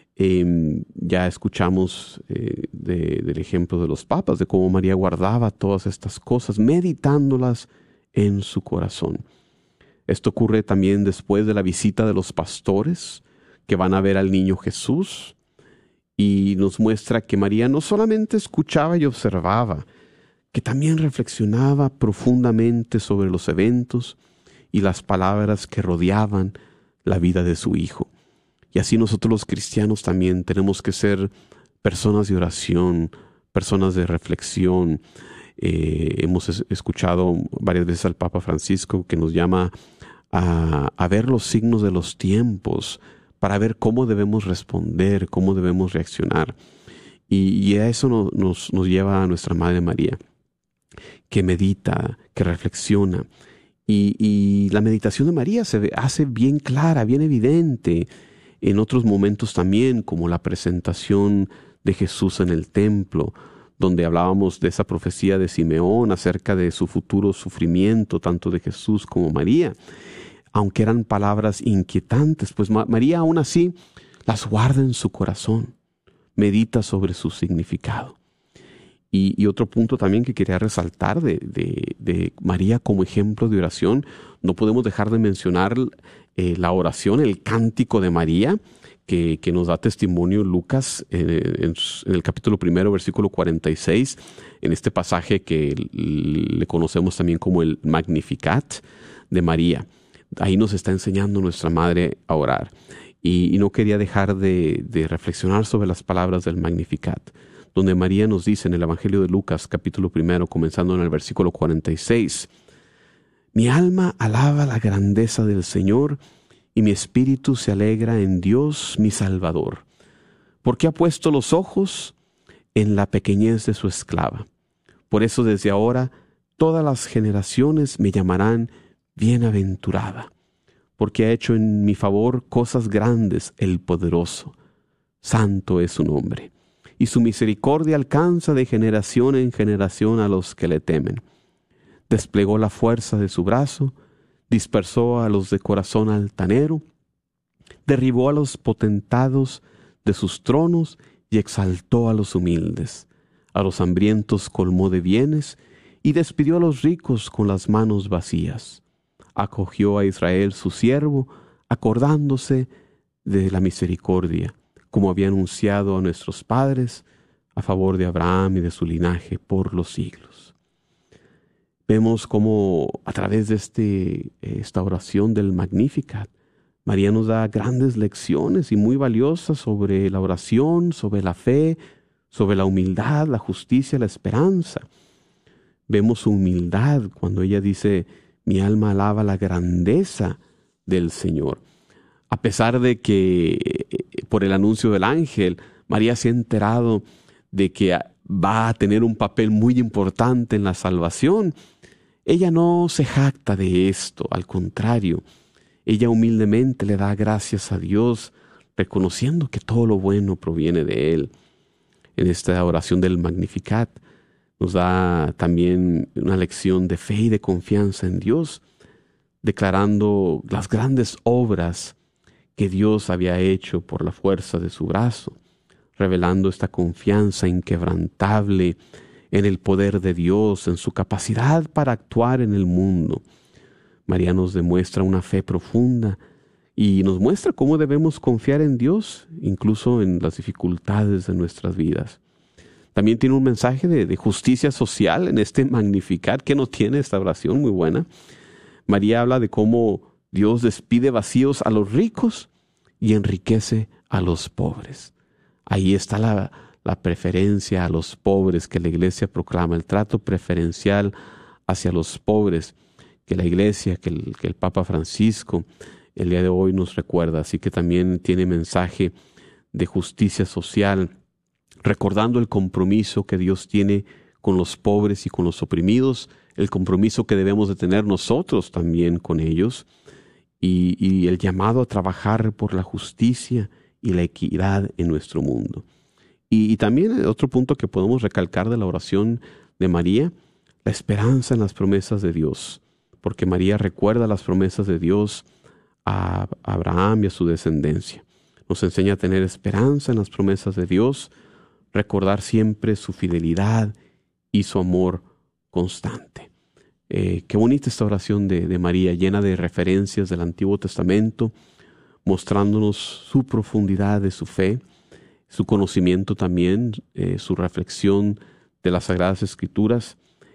Ya escuchamos del ejemplo de los papas, de cómo María guardaba todas estas cosas, meditándolas en su corazón. Esto ocurre también después de la visita de los pastores que van a ver al niño Jesús, y nos muestra que María no solamente escuchaba y observaba, que también reflexionaba profundamente sobre los eventos y las palabras que rodeaban la vida de su hijo. Y así nosotros los cristianos también tenemos que ser personas de oración, personas de reflexión, Hemos escuchado varias veces al Papa Francisco que nos llama a ver los signos de los tiempos para ver cómo debemos responder, cómo debemos reaccionar. Y a eso nos lleva a nuestra Madre María, que medita, que reflexiona. Y la meditación de María se hace bien clara, bien evidente en otros momentos también, como la presentación de Jesús en el templo, donde hablábamos de esa profecía de Simeón acerca de su futuro sufrimiento, tanto de Jesús como María. Aunque eran palabras inquietantes, pues María aún así las guarda en su corazón, medita sobre su significado. Y otro punto también que quería resaltar de María como ejemplo de oración, no podemos dejar de mencionar la oración, el cántico de María, que nos da testimonio Lucas en el capítulo 1, versículo 46, en este pasaje que le conocemos también como el Magnificat de María. Ahí nos está enseñando nuestra Madre a orar. Y no quería dejar de reflexionar sobre las palabras del Magnificat, donde María nos dice en el Evangelio de Lucas, capítulo 1, comenzando en el versículo 46, «Mi alma alaba la grandeza del Señor, y mi espíritu se alegra en Dios mi Salvador, porque ha puesto los ojos en la pequeñez de su esclava. Por eso desde ahora todas las generaciones me llamarán bienaventurada, porque ha hecho en mi favor cosas grandes el poderoso. Santo es su nombre, y su misericordia alcanza de generación en generación a los que le temen. Desplegó la fuerza de su brazo, dispersó a los de corazón altanero, derribó a los potentados de sus tronos y exaltó a los humildes. A los hambrientos colmó de bienes y despidió a los ricos con las manos vacías. Acogió a Israel su siervo, acordándose de la misericordia, como había anunciado a nuestros padres, a favor de Abraham y de su linaje por los siglos». Vemos cómo a través de esta oración del Magnificat, María nos da grandes lecciones y muy valiosas sobre la oración, sobre la fe, sobre la humildad, la justicia, la esperanza. Vemos su humildad cuando ella dice, «Mi alma alaba la grandeza del Señor». A pesar de que por el anuncio del ángel, María se ha enterado de que va a tener un papel muy importante en la salvación, ella no se jacta de esto, al contrario, ella humildemente le da gracias a Dios, reconociendo que todo lo bueno proviene de Él. En esta oración del Magnificat nos da también una lección de fe y de confianza en Dios, declarando las grandes obras que Dios había hecho por la fuerza de su brazo, revelando esta confianza inquebrantable en el poder de Dios, en su capacidad para actuar en el mundo. María nos demuestra una fe profunda y nos muestra cómo debemos confiar en Dios, incluso en las dificultades de nuestras vidas. También tiene un mensaje de justicia social en este Magnificat que nos tiene esta oración muy buena. María habla de cómo Dios despide vacíos a los ricos y enriquece a los pobres. Ahí está la preferencia a los pobres que la Iglesia proclama, el trato preferencial hacia los pobres que la Iglesia, que el Papa Francisco el día de hoy nos recuerda. Así que también tiene mensaje de justicia social, recordando el compromiso que Dios tiene con los pobres y con los oprimidos, el compromiso que debemos de tener nosotros también con ellos, y el llamado a trabajar por la justicia y la equidad en nuestro mundo. Y también otro punto que podemos recalcar de la oración de María, la esperanza en las promesas de Dios, porque María recuerda las promesas de Dios a Abraham y a su descendencia. Nos enseña a tener esperanza en las promesas de Dios, recordar siempre su fidelidad y su amor constante. Qué bonita esta oración de María, llena de referencias del Antiguo Testamento, mostrándonos su profundidad de su fe, su conocimiento también, su reflexión de las Sagradas Escrituras,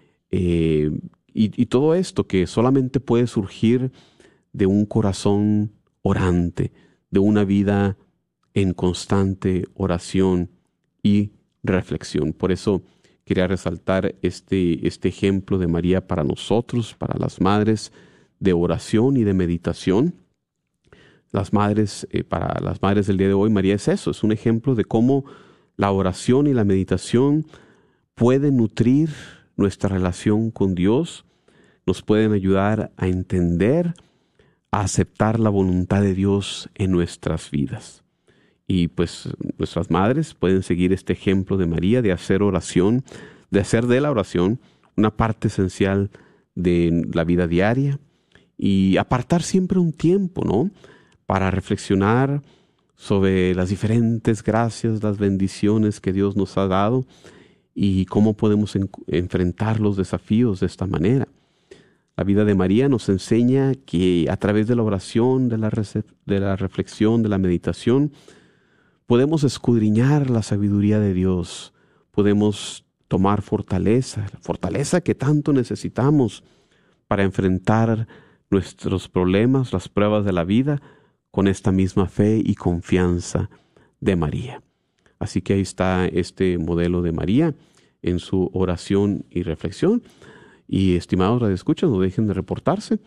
y todo esto que solamente puede surgir de un corazón orante, de una vida en constante oración y reflexión. Por eso quería resaltar este ejemplo de María para nosotros, para las madres, de oración y de meditación. Las madres, para las madres del día de hoy, María es eso, es un ejemplo de cómo la oración y la meditación pueden nutrir nuestra relación con Dios, nos pueden ayudar a entender, a aceptar la voluntad de Dios en nuestras vidas. Y pues nuestras madres pueden seguir este ejemplo de María, de hacer oración, de hacer de la oración una parte esencial de la vida diaria y apartar siempre un tiempo, ¿no?, para reflexionar sobre las diferentes gracias, las bendiciones que Dios nos ha dado y cómo podemos enfrentar los desafíos de esta manera. La vida de María nos enseña que a través de la oración, de la reflexión, de la meditación, podemos escudriñar la sabiduría de Dios, podemos tomar fortaleza, la fortaleza que tanto necesitamos para enfrentar nuestros problemas, las pruebas de la vida, con esta misma fe y confianza de María. Así que ahí está este modelo de María en su oración y reflexión. Y estimados radioescuchas, no dejen de reportarse.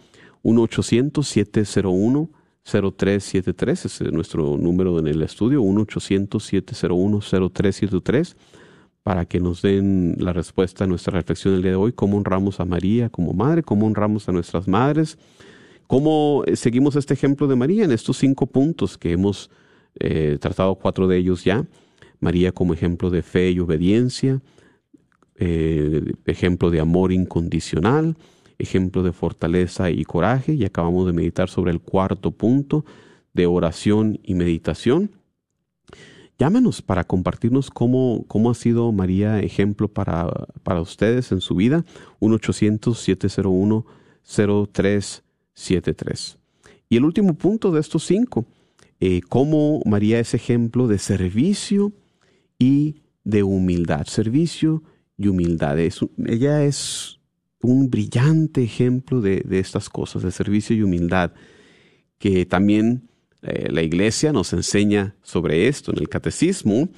1-800-701-0373, ese es nuestro número en el estudio, 1-800-701-0373, para que nos den la respuesta a nuestra reflexión el día de hoy. ¿Cómo honramos a María como madre? ¿Cómo honramos a nuestras madres? ¿Cómo seguimos este ejemplo de María en estos 5 puntos que hemos tratado 4 de ellos ya? María como ejemplo de fe y obediencia, ejemplo de amor incondicional, ejemplo de fortaleza y coraje, y acabamos de meditar sobre el 4º punto de oración y meditación. Llámanos para compartirnos cómo ha sido María ejemplo para ustedes en su vida. 1-800-701-0373. Y el último punto de estos 5, cómo María es ejemplo de servicio y de humildad. Servicio y humildad. Ella es un brillante ejemplo de estas cosas, de servicio y humildad, que también la Iglesia nos enseña sobre esto. En el Catecismo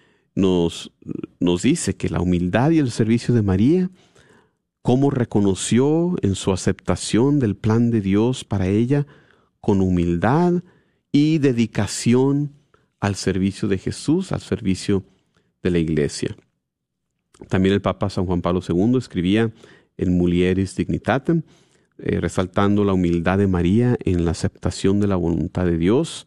nos dice que la humildad y el servicio de María, cómo reconoció en su aceptación del plan de Dios para ella, con humildad y dedicación al servicio de Jesús, al servicio de la Iglesia. También el Papa San Juan Pablo II escribía en Mulieris Dignitatem, resaltando la humildad de María en la aceptación de la voluntad de Dios.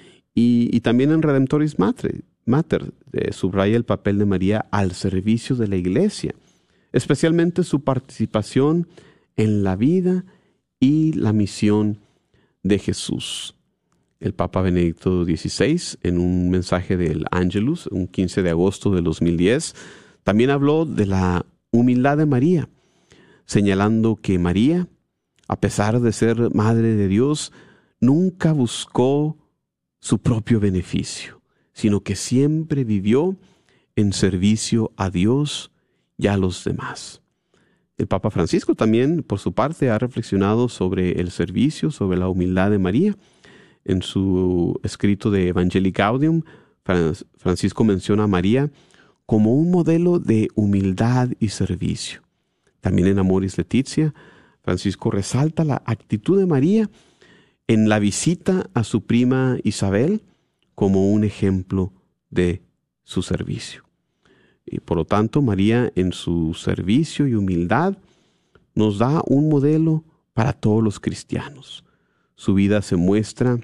Y también en Redemptoris Mater subraya el papel de María al servicio de la Iglesia, especialmente su participación en la vida y la misión de Jesús. El Papa Benedicto XVI, en un mensaje del Angelus, un 15 de agosto de 2010, también habló de la humildad de María, señalando que María, a pesar de ser Madre de Dios, nunca buscó su propio beneficio, sino que siempre vivió en servicio a Dios y a los demás. El Papa Francisco también, por su parte, ha reflexionado sobre el servicio, sobre la humildad de María. En su escrito de Evangelii Gaudium, Francisco menciona a María como un modelo de humildad y servicio. También en Amoris Laetitia, Francisco resalta la actitud de María en la visita a su prima Isabel como un ejemplo de su servicio. Y por lo tanto, María en su servicio y humildad nos da un modelo para todos los cristianos. Su vida se muestra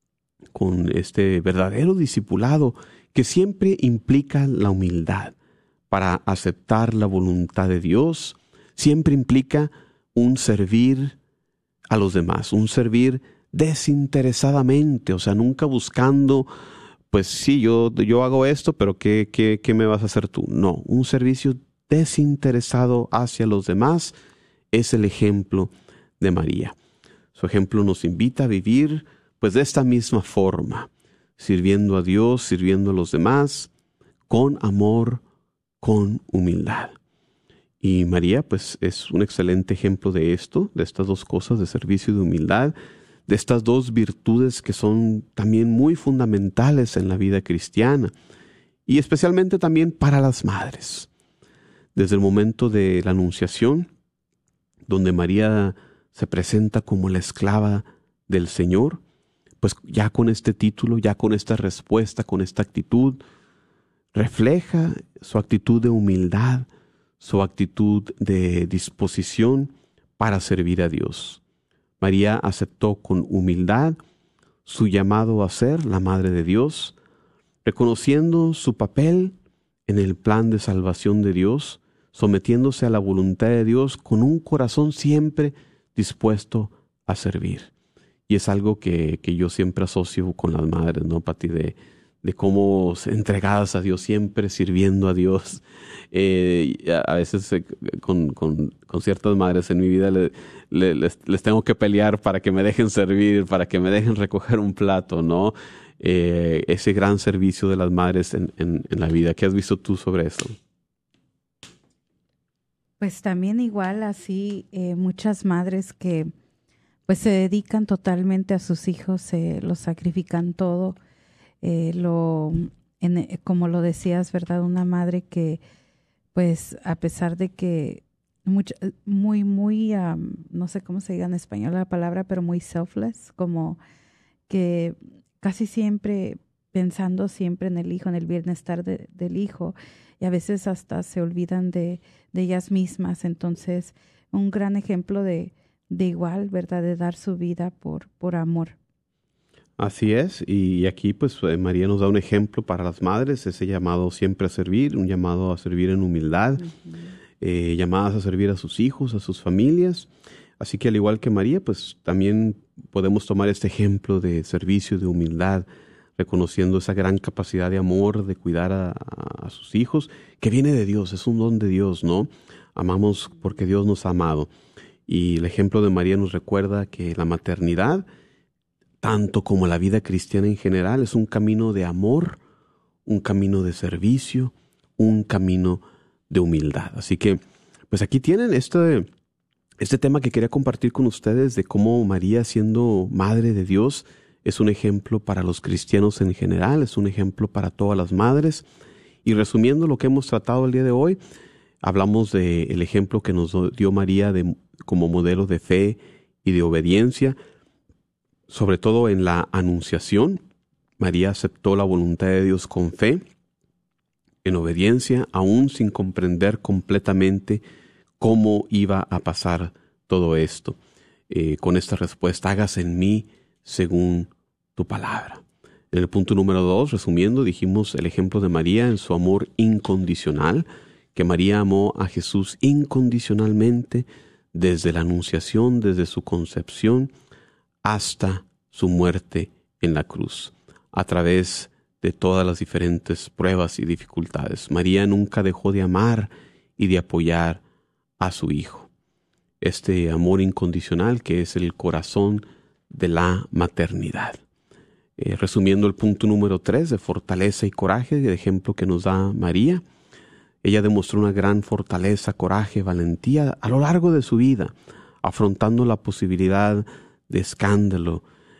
con este verdadero discipulado que siempre implica la humildad para aceptar la voluntad de Dios. Siempre implica un servir a los demás, un servir desinteresadamente, o sea, nunca buscando, pues sí, yo hago esto, pero ¿qué me vas a hacer tú? No, un servicio desinteresado hacia los demás es el ejemplo de María. Su ejemplo nos invita a vivir pues de esta misma forma, sirviendo a Dios, sirviendo a los demás, con amor, con humildad. Y María pues es un excelente ejemplo de esto, de estas dos cosas, de servicio y de humildad, de estas dos virtudes que son también muy fundamentales en la vida cristiana y especialmente también para las madres. desde el momento de la Anunciación, donde María se presenta como la esclava del Señor, pues ya con este título, ya con esta respuesta, con esta actitud, refleja su actitud de humildad, su actitud de disposición para servir a Dios. María aceptó con humildad su llamado a ser la Madre de Dios, reconociendo su papel en el plan de salvación de Dios, sometiéndose a la voluntad de Dios con un corazón siempre dispuesto a servir. Y es algo que yo siempre asocio con las madres, ¿no, Pati? De cómo entregadas a Dios, siempre sirviendo a Dios. A veces con ciertas madres en mi vida les tengo que pelear para que me dejen servir, para que me dejen recoger un plato, ¿no? Ese gran servicio de las madres en la vida. ¿Qué has visto tú sobre eso? Pues también igual así muchas madres que pues se dedican totalmente a sus hijos, lo sacrifican todo, como lo decías, ¿verdad? Una madre que pues a pesar de que muy, no sé cómo se diga en español la palabra, pero muy selfless, como que casi siempre pensando siempre en el hijo, en el bienestar del hijo, y a veces hasta se olvidan de ellas mismas. Entonces, un gran ejemplo de igual, ¿verdad? De dar su vida por amor. Así es, y aquí pues María nos da un ejemplo para las madres, ese llamado siempre a servir, un llamado a servir en humildad, llamadas a servir a sus hijos, a sus familias. Así que al igual que María, pues también podemos tomar este ejemplo de servicio, de humildad, reconociendo esa gran capacidad de amor, de cuidar a sus hijos, que viene de Dios, es un don de Dios, ¿no? Amamos porque Dios nos ha amado. Y el ejemplo de María nos recuerda que la maternidad, tanto como la vida cristiana en general, es un camino de amor, un camino de servicio, un camino de humildad. Así que, pues aquí tienen este tema que quería compartir con ustedes de cómo María, siendo Madre de Dios, es un ejemplo para los cristianos en general, es un ejemplo para todas las madres. Y resumiendo lo que hemos tratado el día de hoy, hablamos del ejemplo que nos dio María como modelo de fe y de obediencia, sobre todo en la Anunciación. María aceptó la voluntad de Dios con fe, en obediencia, aún sin comprender completamente cómo iba a pasar todo esto. Con esta respuesta, hágase en mí según tu palabra. En el punto número 2, resumiendo, dijimos el ejemplo de María en su amor incondicional, que María amó a Jesús incondicionalmente desde la Anunciación, desde su concepción, hasta su muerte en la cruz, a través de todas las diferentes pruebas y dificultades. María nunca dejó de amar y de apoyar a su Hijo. Este amor incondicional que es el corazón de la maternidad. Resumiendo el punto número 3 de fortaleza y coraje, el ejemplo que nos da María, ella demostró una gran fortaleza, coraje, valentía a lo largo de su vida, afrontando la posibilidad de escándalo,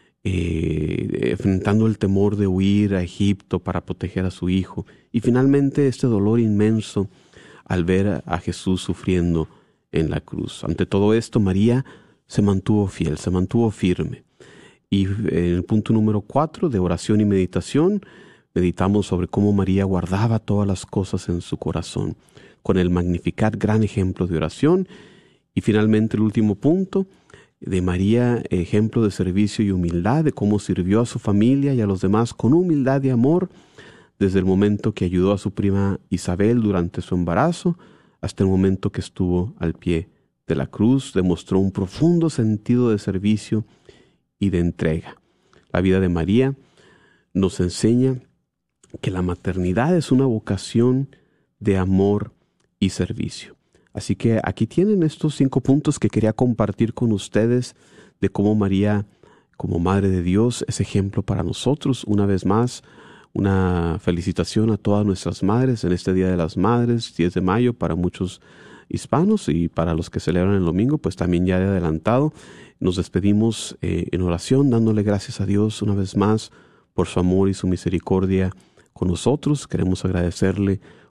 enfrentando el temor de huir a Egipto para proteger a su hijo, y finalmente este dolor inmenso al ver a Jesús sufriendo en la cruz. Ante todo esto, María se mantuvo fiel, se mantuvo firme. Y en el punto número 4 de oración y meditación, meditamos sobre cómo María guardaba todas las cosas en su corazón, con el Magnificat, gran ejemplo de oración. Y finalmente el último punto de María, ejemplo de servicio y humildad, de cómo sirvió a su familia y a los demás con humildad y amor, desde el momento que ayudó a su prima Isabel durante su embarazo, hasta el momento que estuvo al pie de la cruz. Demostró un profundo sentido de servicio y de entrega. La vida de María nos enseña que la maternidad es una vocación de amor y servicio. Así que aquí tienen estos 5 puntos que quería compartir con ustedes de cómo María, como Madre de Dios, es ejemplo para nosotros. Una vez más, una felicitación a todas nuestras madres en este Día de las Madres, 10 de mayo, para muchos hispanos, y para los que celebran el domingo, pues también ya de adelantado. Nos despedimos en oración, dándole gracias a Dios una vez más por su amor y su misericordia con nosotros. Queremos agradecerle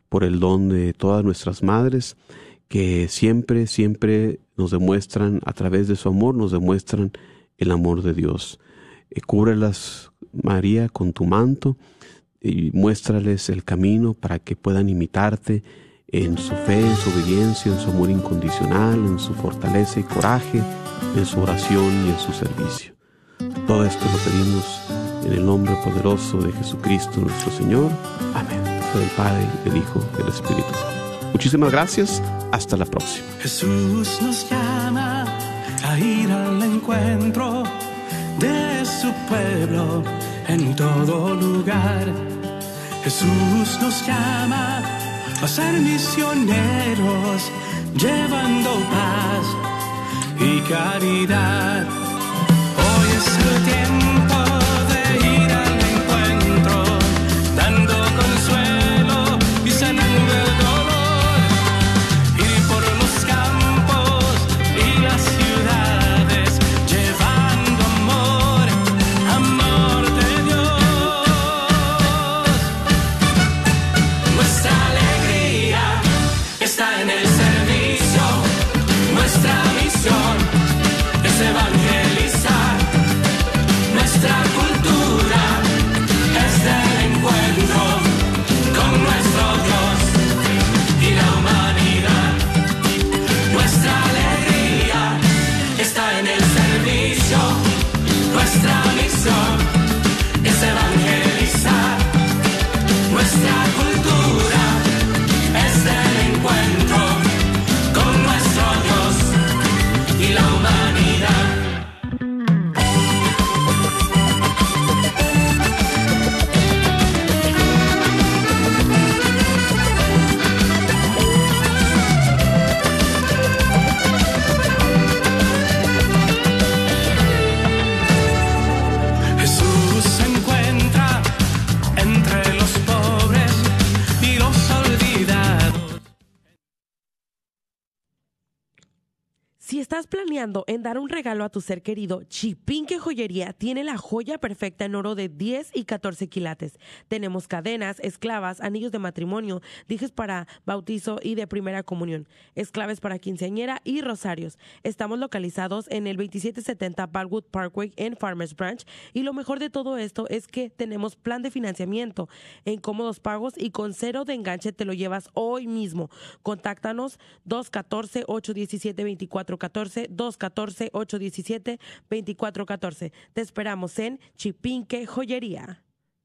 por el don de todas nuestras madres, que siempre, siempre nos demuestran, a través de su amor, nos demuestran el amor de Dios. Cúbrelas, María, con tu manto y muéstrales el camino para que puedan imitarte en su fe, en su obediencia, en su amor incondicional, en su fortaleza y coraje, en su oración y en su servicio. Todo esto lo pedimos en el nombre poderoso de Jesucristo nuestro Señor. Amén. Del Padre, del Hijo y del Espíritu Santo. Muchísimas gracias. Hasta la próxima. Jesús nos llama a ir al encuentro de su pueblo en todo lugar. Jesús nos llama a ser misioneros, llevando paz y caridad. Hoy es el tiempo de ir al encuentro, dando consuelo y sanando el dolor. Ir por los campos y las ciudades, llevando amor, amor de Dios. Nuestra alegría está en el servicio, nuestra misión es evangelizar. Nuestra cultura es del encuentro con nuestro Dios y la humanidad. Nuestra alegría está en el servicio, nuestra misión es evangelizar. Nuestra cultura es del encuentro con nuestro Dios y la humanidad. Jesús se encuentra entre los pobres y los olvidados. Si estás planeando en dar un regalo a tu ser querido, Chipinque Joyería tiene la joya perfecta en oro de 10 y 14 quilates. Tenemos cadenas, esclavas, anillos de matrimonio, dijes para bautizo y de primera comunión, esclaves para quinceañera y rosarios. Estamos localizados en el 2770 Baldwood Parkway en Farmers Branch, y lo mejor de todo esto es que tenemos plan de financiamiento en cómodos pagos y con cero de enganche. Te lo llevas hoy mismo. Contáctanos 214-817-2414, 214-817-2414. Te esperamos en Chipinque Joyería.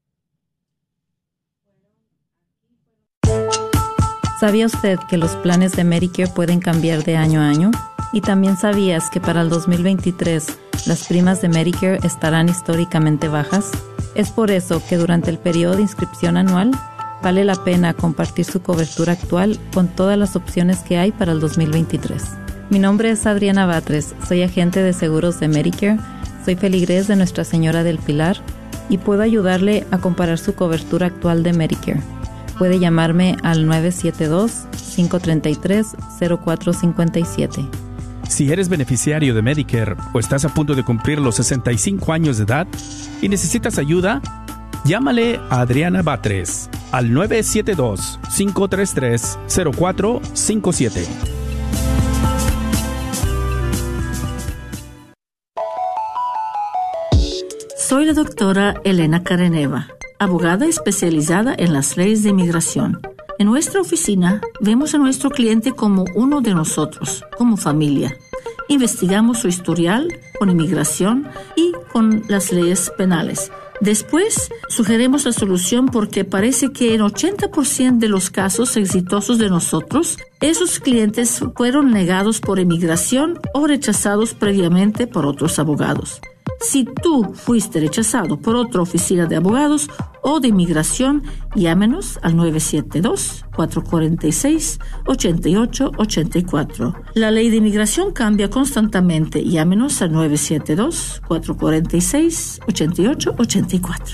¿Sabía usted que los planes de Medicare pueden cambiar de año a año? ¿Y también sabías que para el 2023 las primas de Medicare estarán históricamente bajas? Es por eso que durante el periodo de inscripción anual vale la pena compartir su cobertura actual con todas las opciones que hay para el 2023. Mi nombre es Adriana Batres, soy agente de seguros de Medicare, soy feligrés de Nuestra Señora del Pilar y puedo ayudarle a comparar su cobertura actual de Medicare. Puede llamarme al 972-533-0457. Si eres beneficiario de Medicare o estás a punto de cumplir los 65 años de edad y necesitas ayuda, llámale a Adriana Batres al 972-533-0457. Soy la doctora Elena Careneva, abogada especializada en las leyes de inmigración. En nuestra oficina vemos a nuestro cliente como uno de nosotros, como familia. Investigamos su historial con inmigración y con las leyes penales. Después, sugerimos la solución porque parece que en 80% de los casos exitosos de nosotros, esos clientes fueron negados por inmigración o rechazados previamente por otros abogados. Si tú fuiste rechazado por otra oficina de abogados o de inmigración, llámenos al 972-446-8884. La ley de inmigración cambia constantemente. Llámenos al 972-446-8884.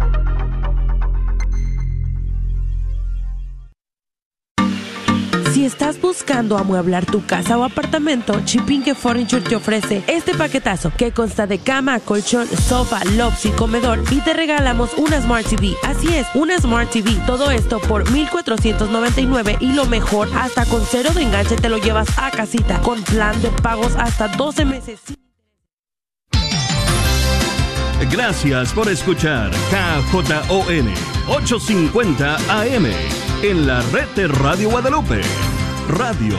Si estás buscando amueblar tu casa o apartamento, Chipinque Furniture te ofrece este paquetazo que consta de cama, colchón, sofá, lobs y comedor, y te regalamos una Smart TV. Así es, una Smart TV. Todo esto por $1,499 y lo mejor, hasta con cero de enganche te lo llevas a casita con plan de pagos hasta 12 meses. Gracias por escuchar KJON 850 AM en la red de Radio Guadalupe. Radio